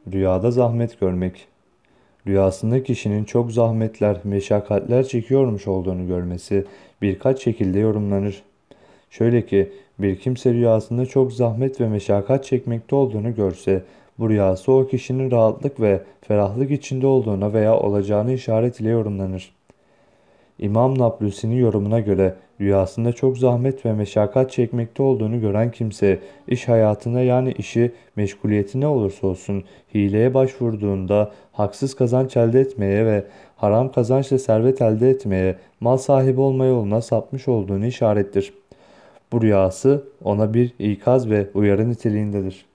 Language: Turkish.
Rüyada zahmet görmek. Rüyasında kişinin çok zahmetler, meşakkatler çekiyormuş olduğunu görmesi birkaç şekilde yorumlanır. Şöyle ki, bir kimse rüyasında çok zahmet ve meşakkat çekmekte olduğunu görse, bu rüyası o kişinin rahatlık ve ferahlık içinde olduğuna veya olacağını işaret ile yorumlanır. İmam Nablusi'nin yorumuna göre rüyasında çok zahmet ve meşakkat çekmekte olduğunu gören kimse iş hayatına yani işi meşguliyeti ne olursa olsun hileye başvurduğunda haksız kazanç elde etmeye ve haram kazançla servet elde etmeye, mal sahibi olma yoluna sapmış olduğunu işarettir. Bu rüyası ona bir ikaz ve uyarı niteliğindedir.